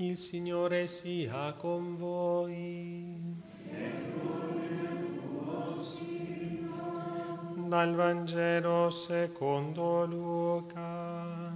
Il Signore sia con voi. Dal Vangelo secondo Luca.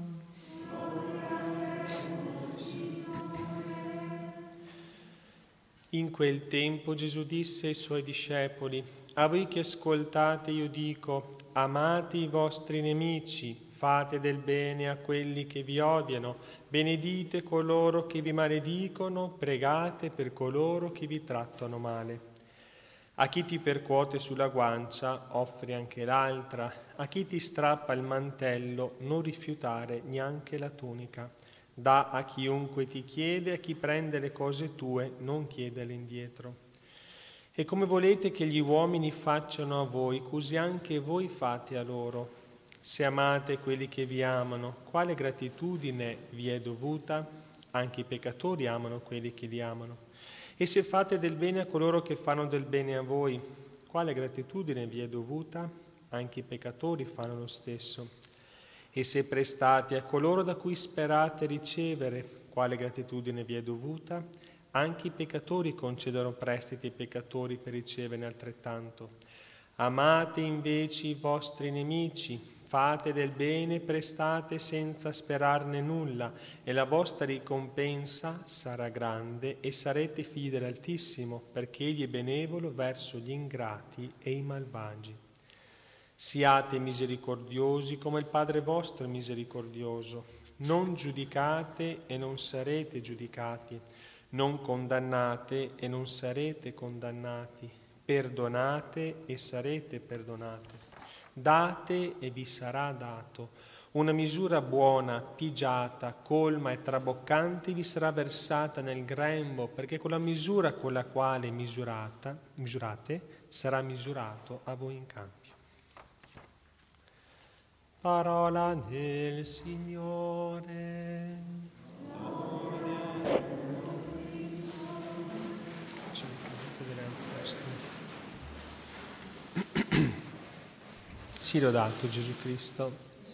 In quel tempo Gesù disse ai suoi discepoli: a voi che ascoltate io dico, amate i vostri nemici, fate del bene a quelli che vi odiano, benedite coloro che vi maledicono, pregate per coloro che vi trattano male. A chi ti percuote sulla guancia, offri anche l'altra. A chi ti strappa il mantello, non rifiutare neanche la tunica. Dà a chiunque ti chiede, a chi prende le cose tue, non chiedele indietro. E come volete che gli uomini facciano a voi, così anche voi fate a loro. Se amate quelli che vi amano, quale gratitudine vi è dovuta? Anche i peccatori amano quelli che li amano. E se fate del bene a coloro che fanno del bene a voi, quale gratitudine vi è dovuta? Anche i peccatori fanno lo stesso. E se prestate a coloro da cui sperate ricevere, quale gratitudine vi è dovuta? Anche i peccatori concedono prestiti ai peccatori per riceverne altrettanto. Amate invece i vostri nemici, fate del bene, prestate senza sperarne nulla, e la vostra ricompensa sarà grande e sarete figli dell'Altissimo, perché Egli è benevolo verso gli ingrati e i malvagi. Siate misericordiosi come il Padre vostro è misericordioso. Non giudicate e non sarete giudicati. Non condannate e non sarete condannati. Perdonate e sarete perdonati. Date e vi sarà dato. Una misura buona, pigiata, colma e traboccante vi sarà versata nel grembo, perché con la misura con la quale misurate sarà misurato a voi in cambio. Parola del Signore. Sia lodato Gesù Cristo.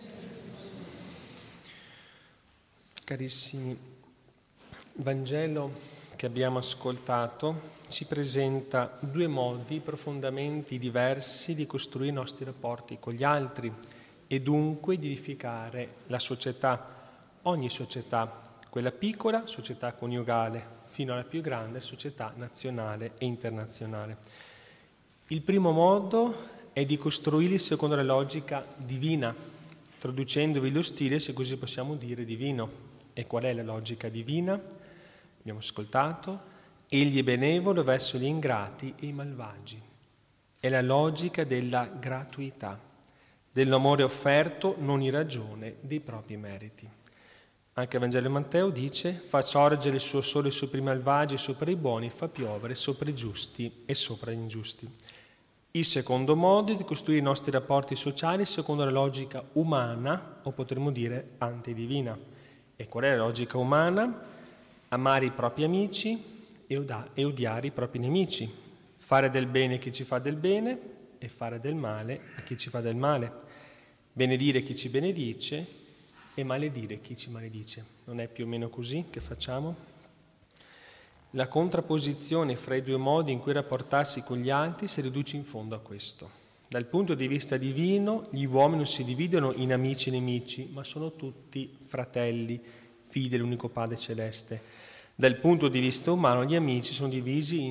Carissimi, il Vangelo che abbiamo ascoltato ci presenta due modi profondamente diversi di costruire i nostri rapporti con gli altri e dunque di edificare la società, ogni società, quella piccola società coniugale, fino alla più grande società nazionale e internazionale. Il primo modo è di costruirli secondo la logica divina, traducendovi lo stile, se così possiamo dire, divino. E qual è la logica divina? Abbiamo ascoltato: egli è benevolo verso gli ingrati e i malvagi. È la logica della gratuità, dell'amore offerto non in ragione dei propri meriti. Anche il Vangelo di Matteo dice: fa sorgere il suo sole sopra i malvagi e sopra i buoni, fa piovere sopra i giusti e sopra gli ingiusti. Il secondo modo è di costruire i nostri rapporti sociali secondo la logica umana, o potremmo dire antidivina. E qual è la logica umana? Amare i propri amici e odiare i propri nemici, fare del bene a chi ci fa del bene e fare del male a chi ci fa del male, benedire chi ci benedice e maledire chi ci maledice. Non è più o meno così che facciamo? La contrapposizione fra i due modi in cui rapportarsi con gli altri si riduce in fondo a questo. Dal punto di vista divino, gli uomini non si dividono in amici e nemici, ma sono tutti fratelli, figli dell'unico Padre Celeste. Dal punto di vista umano, gli uomini sono divisi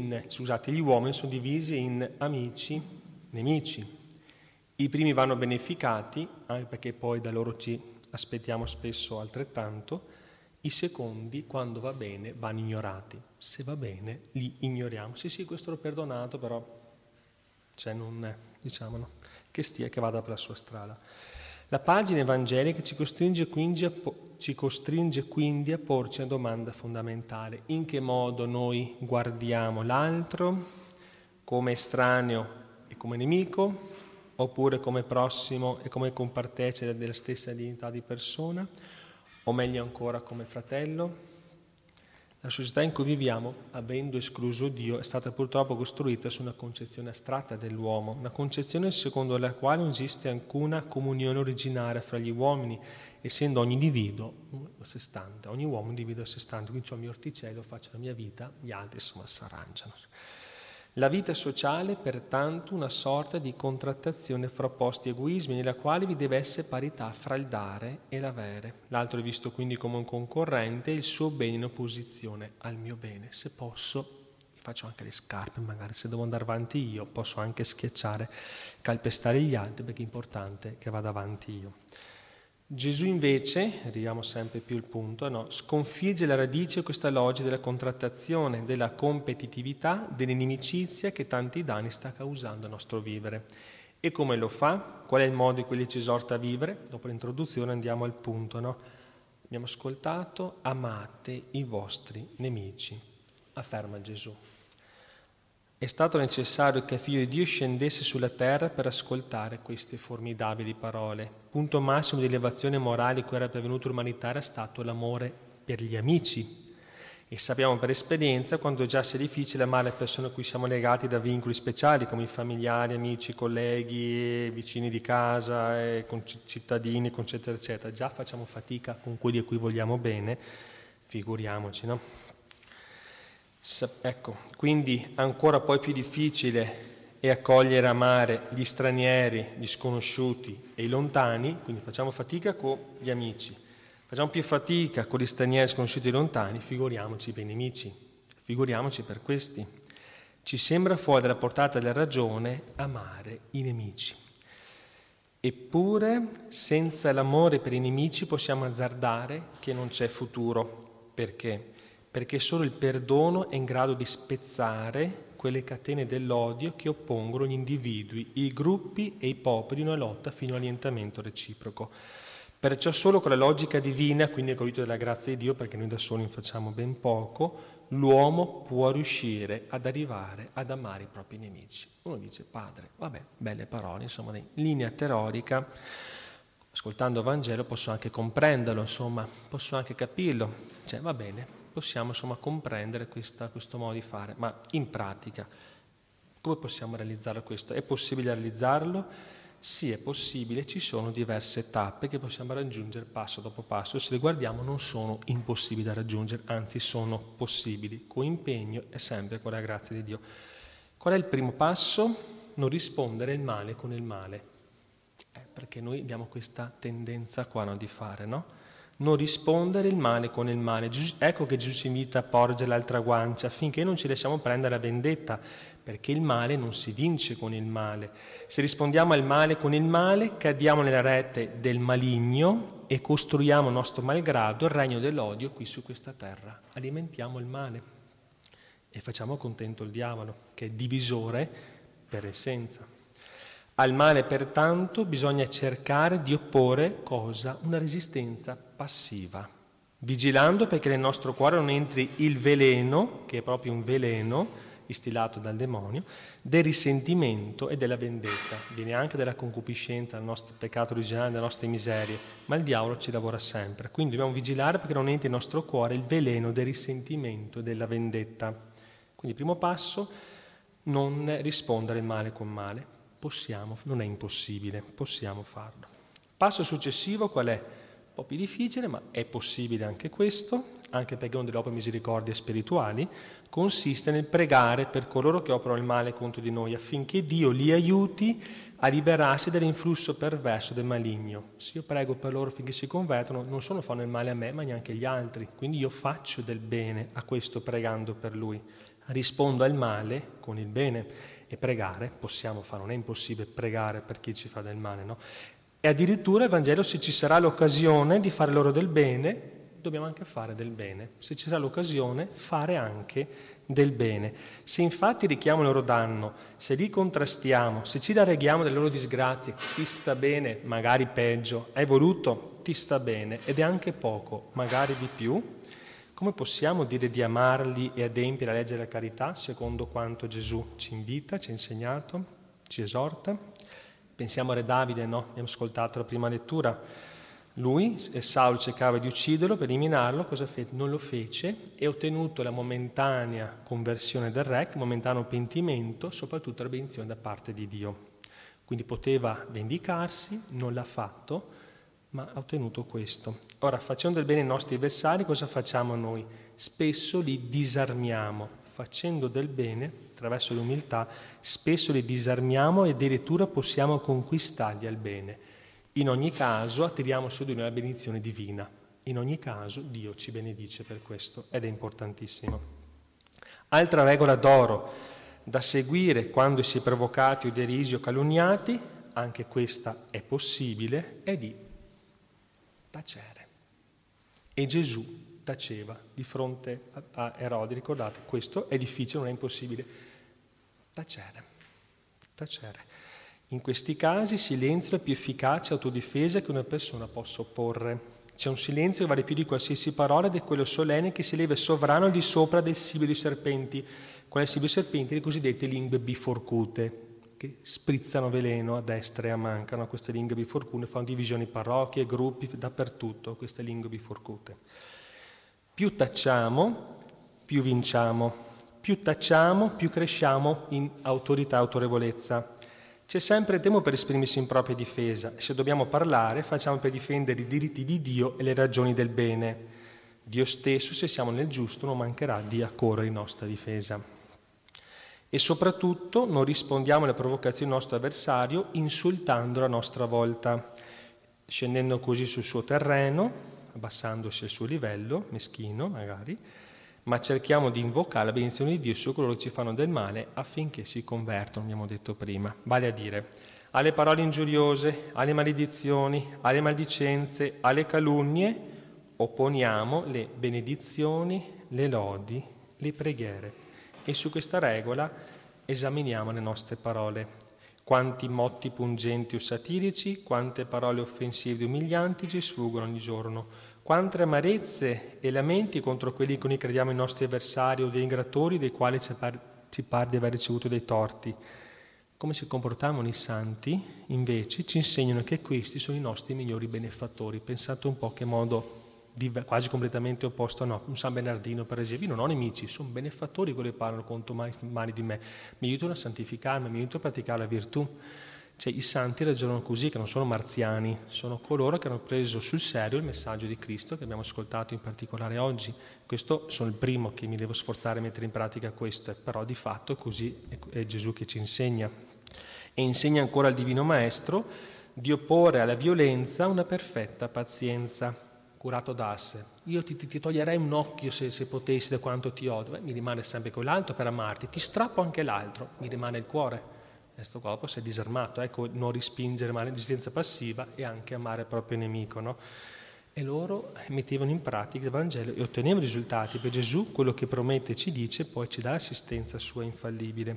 in amici e nemici. I primi vanno beneficati, anche perché poi da loro ci aspettiamo spesso altrettanto. I secondi, quando va bene, vanno ignorati. Se va bene, li ignoriamo. Sì, questo l'ho perdonato, però che vada per la sua strada. La pagina evangelica ci costringe quindi a porci una domanda fondamentale: in che modo noi guardiamo l'altro? Come estraneo e come nemico, oppure come prossimo e come compartecipe della stessa dignità di persona, o meglio ancora come fratello? La società in cui viviamo, avendo escluso Dio, è stata purtroppo costruita su una concezione astratta dell'uomo, una concezione secondo la quale non esiste alcuna comunione originaria fra gli uomini essendo ogni individuo a sé stante, ogni uomo un individuo a sé stante, quindi ho il mio orticello, faccio la mia vita, gli altri insomma si arrangiano. La vita sociale, pertanto, una sorta di contrattazione fra opposti egoismi, nella quale vi deve essere parità fra il dare e l'avere. L'altro è visto quindi come un concorrente, il suo bene in opposizione al mio bene. Se posso, mi faccio anche le scarpe, magari se devo andare avanti io, posso anche schiacciare, calpestare gli altri, perché è importante che vada avanti io. Gesù invece, arriviamo sempre più al punto, no, sconfigge la radice di questa logica della contrattazione, della competitività, dell'inimicizia che tanti danni sta causando al nostro vivere. E come lo fa? Qual è il modo in cui ci esorta a vivere? Dopo l'introduzione andiamo al punto, no? Abbiamo ascoltato, amate i vostri nemici, afferma Gesù. È stato necessario che il Figlio di Dio scendesse sulla terra per ascoltare queste formidabili parole. Punto massimo di elevazione morale cui era pervenuta l'umanità era stato l'amore per gli amici. E sappiamo per esperienza quanto già sia difficile amare le persone a cui siamo legati da vincoli speciali, come i familiari, amici, colleghi, vicini di casa, cittadini, eccetera, eccetera. Già facciamo fatica con quelli a cui vogliamo bene, figuriamoci, no? Ecco, quindi ancora poi più difficile è accogliere e amare gli stranieri, gli sconosciuti e i lontani, quindi facciamo fatica con gli amici, facciamo più fatica con gli stranieri, sconosciuti e lontani, figuriamoci per i nemici, figuriamoci per questi. Ci sembra fuori dalla portata della ragione amare i nemici. Eppure, senza l'amore per i nemici possiamo azzardare che non c'è futuro. Perché? Perché solo il perdono è in grado di spezzare quelle catene dell'odio che oppongono gli individui, i gruppi e i popoli in una lotta fino all'annientamento reciproco. Perciò solo con la logica divina, quindi con l'aiuto della grazia di Dio, perché noi da soli facciamo ben poco, l'uomo può riuscire ad arrivare ad amare i propri nemici. Uno dice, padre, vabbè, belle parole, insomma, in linea teorica, ascoltando il Vangelo posso anche comprenderlo, insomma, posso anche capirlo, cioè va bene. Possiamo insomma comprendere questo modo di fare, ma in pratica come possiamo realizzare questo? È possibile realizzarlo? Sì, è possibile, ci sono diverse tappe che possiamo raggiungere passo dopo passo, se le guardiamo non sono impossibili da raggiungere, anzi sono possibili, con impegno e sempre con la grazia di Dio. Qual è il primo passo? Non rispondere il male con il male, perché noi abbiamo questa tendenza qua, no, di fare, no? Non rispondere il male con il male. Ecco che Gesù ci invita a porgere l'altra guancia affinché non ci lasciamo prendere la vendetta, perché il male non si vince con il male. Se rispondiamo al male con il male, cadiamo nella rete del maligno e costruiamo a nostro malgrado il regno dell'odio qui su questa terra. Alimentiamo il male e facciamo contento il diavolo, che è divisore per essenza. Al male, pertanto, bisogna cercare di opporre cosa? Una resistenza passiva, vigilando perché nel nostro cuore non entri il veleno, che è proprio un veleno istillato dal demonio, del risentimento e della vendetta. Viene anche dalla concupiscenza, dal nostro peccato originale, dalle nostre miserie, ma il diavolo ci lavora sempre. Quindi dobbiamo vigilare perché non entri nel nostro cuore il veleno del risentimento e della vendetta. Quindi primo passo, non rispondere il male con male. Possiamo, non è impossibile, possiamo farlo. Passo successivo qual è? Un po' più difficile, ma è possibile anche questo, anche perché una delle opere misericordie spirituali consiste nel pregare per coloro che operano il male contro di noi, affinché Dio li aiuti a liberarsi dall'influsso perverso del maligno. Se io prego per loro affinché si convertono, non solo fanno il male a me, ma neanche agli altri. Quindi io faccio del bene a questo pregando per lui. Rispondo al male con il bene. E pregare, possiamo fare, non è impossibile pregare per chi ci fa del male, no? E addirittura il Vangelo, se ci sarà l'occasione di fare loro del bene, dobbiamo anche fare del bene. Se ci sarà l'occasione, fare anche del bene. Se infatti richiamo il loro danno, se li contrastiamo, se ci darreghiamo delle loro disgrazie, ti sta bene, magari peggio, hai voluto, ti sta bene, ed è anche poco, magari di più, come possiamo dire di amarli e adempiere la legge della carità secondo quanto Gesù ci invita, ci ha insegnato, ci esorta? Pensiamo a Re Davide, no? Abbiamo ascoltato la prima lettura. Lui, e Saulo cercava di ucciderlo per eliminarlo, cosa fece? Non lo fece e ha ottenuto la momentanea conversione del re, il momentaneo pentimento, soprattutto la benedizione da parte di Dio. Quindi poteva vendicarsi, non l'ha fatto, ma ha ottenuto questo. Ora, facendo del bene ai nostri avversari, cosa facciamo noi? Spesso li disarmiamo. Facendo del bene, attraverso l'umiltà, spesso li disarmiamo e addirittura possiamo conquistargli il bene. In ogni caso attiriamo su di noi la benedizione divina. In ogni caso Dio ci benedice per questo ed è importantissimo. Altra regola d'oro da seguire quando si è provocati o derisi o calunniati, anche questa è possibile, è di tacere. E Gesù taceva di fronte a Erode, ricordate, questo è difficile, non è impossibile. Tacere. In questi casi silenzio è la più efficace autodifesa che una persona possa opporre. C'è un silenzio che vale più di qualsiasi parola ed è quello solenne che si leva sovrano al di sopra del sibilo dei serpenti. Qual è il sibilo dei serpenti? Le cosiddette lingue biforcute, che sprizzano veleno a destra e a manca. No? Queste lingue biforcute fanno divisioni parrocchie, gruppi, dappertutto, queste lingue biforcute. Più tacciamo, più vinciamo. Più tacciamo, più cresciamo in autorità e autorevolezza. C'è sempre tempo per esprimersi in propria difesa. Se dobbiamo parlare, facciamo per difendere i diritti di Dio e le ragioni del bene. Dio stesso, se siamo nel giusto, non mancherà di accorrere in nostra difesa. E soprattutto non rispondiamo alle provocazioni del nostro avversario insultandolo a nostra volta, scendendo così sul suo terreno, abbassandosi al suo livello, meschino magari, ma cerchiamo di invocare la benedizione di Dio su coloro che ci fanno del male affinché si convertano, abbiamo detto prima. Vale a dire, alle parole ingiuriose, alle maledizioni, alle maldicenze, alle calunnie, opponiamo le benedizioni, le lodi, le preghiere. E su questa regola esaminiamo le nostre parole. Quanti motti pungenti o satirici, quante parole offensive e umilianti ci sfuggono ogni giorno. Quante amarezze e lamenti contro quelli con cui crediamo i nostri avversari o dei ingratori dei quali ci pare di aver ricevuto dei torti. Come si comportavano i santi, invece, ci insegnano che questi sono i nostri migliori benefattori. Pensate un po' che modo quasi completamente opposto, no, un San Bernardino per esempio, non ho nemici, sono benefattori quelli che parlano contro mali di me, mi aiutano a santificarmi, mi aiutano a praticare la virtù. Cioè i santi ragionano così, che non sono marziani, sono coloro che hanno preso sul serio il messaggio di Cristo che abbiamo ascoltato in particolare oggi. Questo sono il primo che mi devo sforzare a mettere in pratica questo, però di fatto così è Gesù che ci insegna. E insegna ancora al Divino Maestro di opporre alla violenza una perfetta pazienza. Curato d'Asse, io ti toglierei un occhio se potessi da quanto ti odio, mi rimane sempre quell'altro per amarti, ti strappo anche l'altro, mi rimane il cuore. Questo corpo si è disarmato, ecco, non respingere ma resistenza passiva e anche amare il proprio nemico, no? E loro mettevano in pratica il Vangelo e ottenevano risultati. Per Gesù quello che promette ci dice, poi ci dà l'assistenza sua infallibile.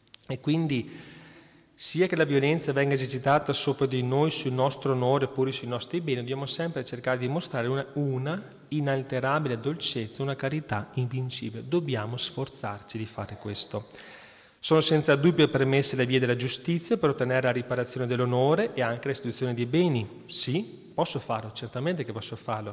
E quindi sia che la violenza venga esercitata sopra di noi sul nostro onore oppure sui nostri beni, dobbiamo sempre cercare di mostrare una inalterabile dolcezza, una carità invincibile. Dobbiamo sforzarci di fare questo. Sono senza dubbio permesse le vie della giustizia per ottenere la riparazione dell'onore e anche la restituzione dei beni. Sì, posso farlo, certamente che posso farlo,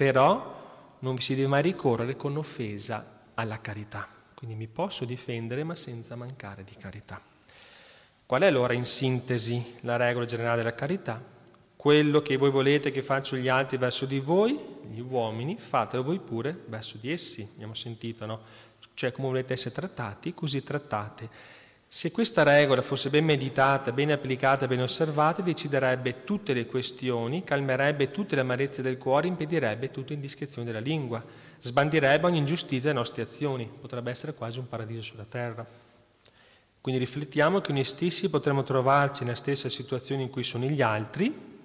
però non vi si deve mai ricorrere con offesa alla carità. Quindi mi posso difendere ma senza mancare di carità. Qual è allora in sintesi la regola generale della carità? Quello che voi volete che facciano gli altri verso di voi, gli uomini, fatelo voi pure verso di essi. Abbiamo sentito, no? Cioè come volete essere trattati, così trattate. Se questa regola fosse ben meditata, ben applicata, ben osservata, deciderebbe tutte le questioni, calmerebbe tutte le amarezze del cuore, impedirebbe tutte le indiscrezioni della lingua, sbandirebbe ogni ingiustizia delle nostre azioni. Potrebbe essere quasi un paradiso sulla terra. Quindi riflettiamo che noi stessi potremmo trovarci nella stessa situazione in cui sono gli altri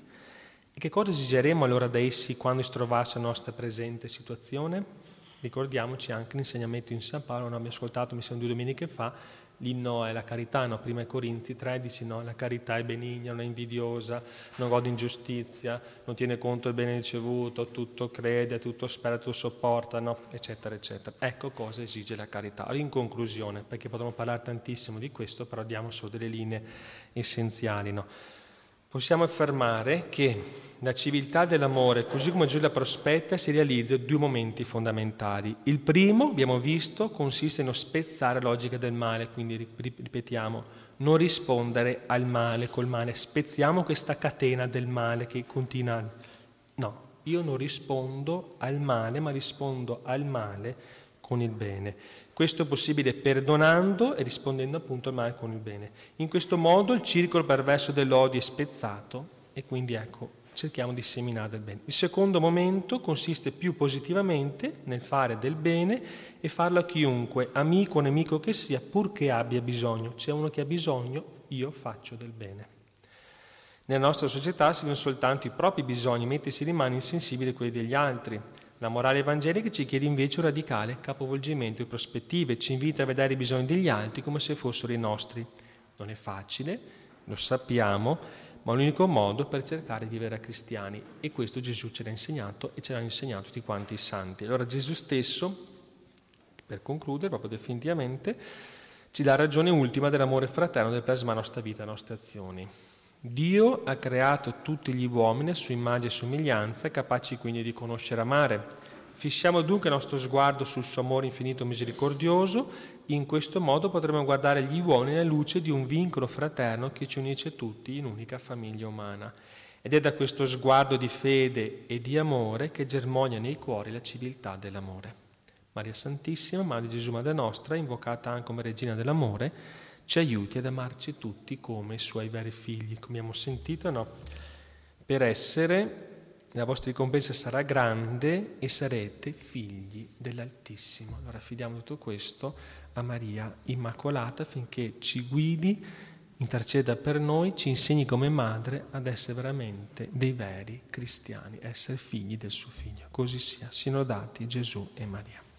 e che cosa esigeremo allora da essi quando si trovasse la nostra presente situazione? Ricordiamoci anche l'insegnamento in San Paolo, no? Abbiamo ascoltato, mi sembra 2 domeniche fa, l'inno è la carità, no? Prima ai Corinzi 13, no? La carità è benigna, non è invidiosa, non gode ingiustizia, non tiene conto del bene ricevuto, tutto crede, tutto spera, tutto sopporta, no? Eccetera, eccetera. Ecco cosa esige la carità. In conclusione, perché potremmo parlare tantissimo di questo, però diamo solo delle linee essenziali, no? Possiamo affermare che la civiltà dell'amore, così come Gesù la prospetta, si realizza in 2 momenti fondamentali. Il primo, abbiamo visto, consiste nello spezzare la logica del male, quindi ripetiamo, non rispondere al male col male, spezziamo questa catena del male che continua No, io non rispondo al male, ma rispondo al male con il bene. Questo è possibile perdonando e rispondendo appunto al male con il bene. In questo modo il circolo perverso dell'odio è spezzato e quindi ecco, cerchiamo di seminare del bene. Il secondo momento consiste più positivamente nel fare del bene e farlo a chiunque, amico o nemico che sia, purché abbia bisogno. C'è uno che ha bisogno, io faccio del bene. Nella nostra società si vedono soltanto i propri bisogni, mentre si rimane insensibili a quelli degli altri. La morale evangelica ci chiede invece un radicale capovolgimento di prospettive, ci invita a vedere i bisogni degli altri come se fossero i nostri. Non è facile, lo sappiamo, ma è l'unico modo per cercare di vivere cristiani, e questo Gesù ce l'ha insegnato e ce l'hanno insegnato tutti quanti i santi. Allora Gesù stesso, per concludere proprio definitivamente, ci dà ragione ultima dell'amore fraterno del plasmare la nostra vita e le nostre azioni. Dio ha creato tutti gli uomini a sua immagine e somiglianza, capaci quindi di conoscere e amare. Fissiamo dunque il nostro sguardo sul suo amore infinito e misericordioso. In questo modo potremo guardare gli uomini alla luce di un vincolo fraterno che ci unisce tutti in unica famiglia umana. Ed è da questo sguardo di fede e di amore che germoglia nei cuori la civiltà dell'amore. Maria Santissima, Madre di Gesù, Madre nostra, invocata anche come Regina dell'amore, ci aiuti ad amarci tutti come i suoi veri figli. Come abbiamo sentito, no? Per essere, la vostra ricompensa sarà grande e sarete figli dell'Altissimo. Allora affidiamo tutto questo a Maria Immacolata affinché ci guidi, interceda per noi, ci insegni come madre ad essere veramente dei veri cristiani, essere figli del suo figlio. Così sia. Siano lodati Gesù e Maria.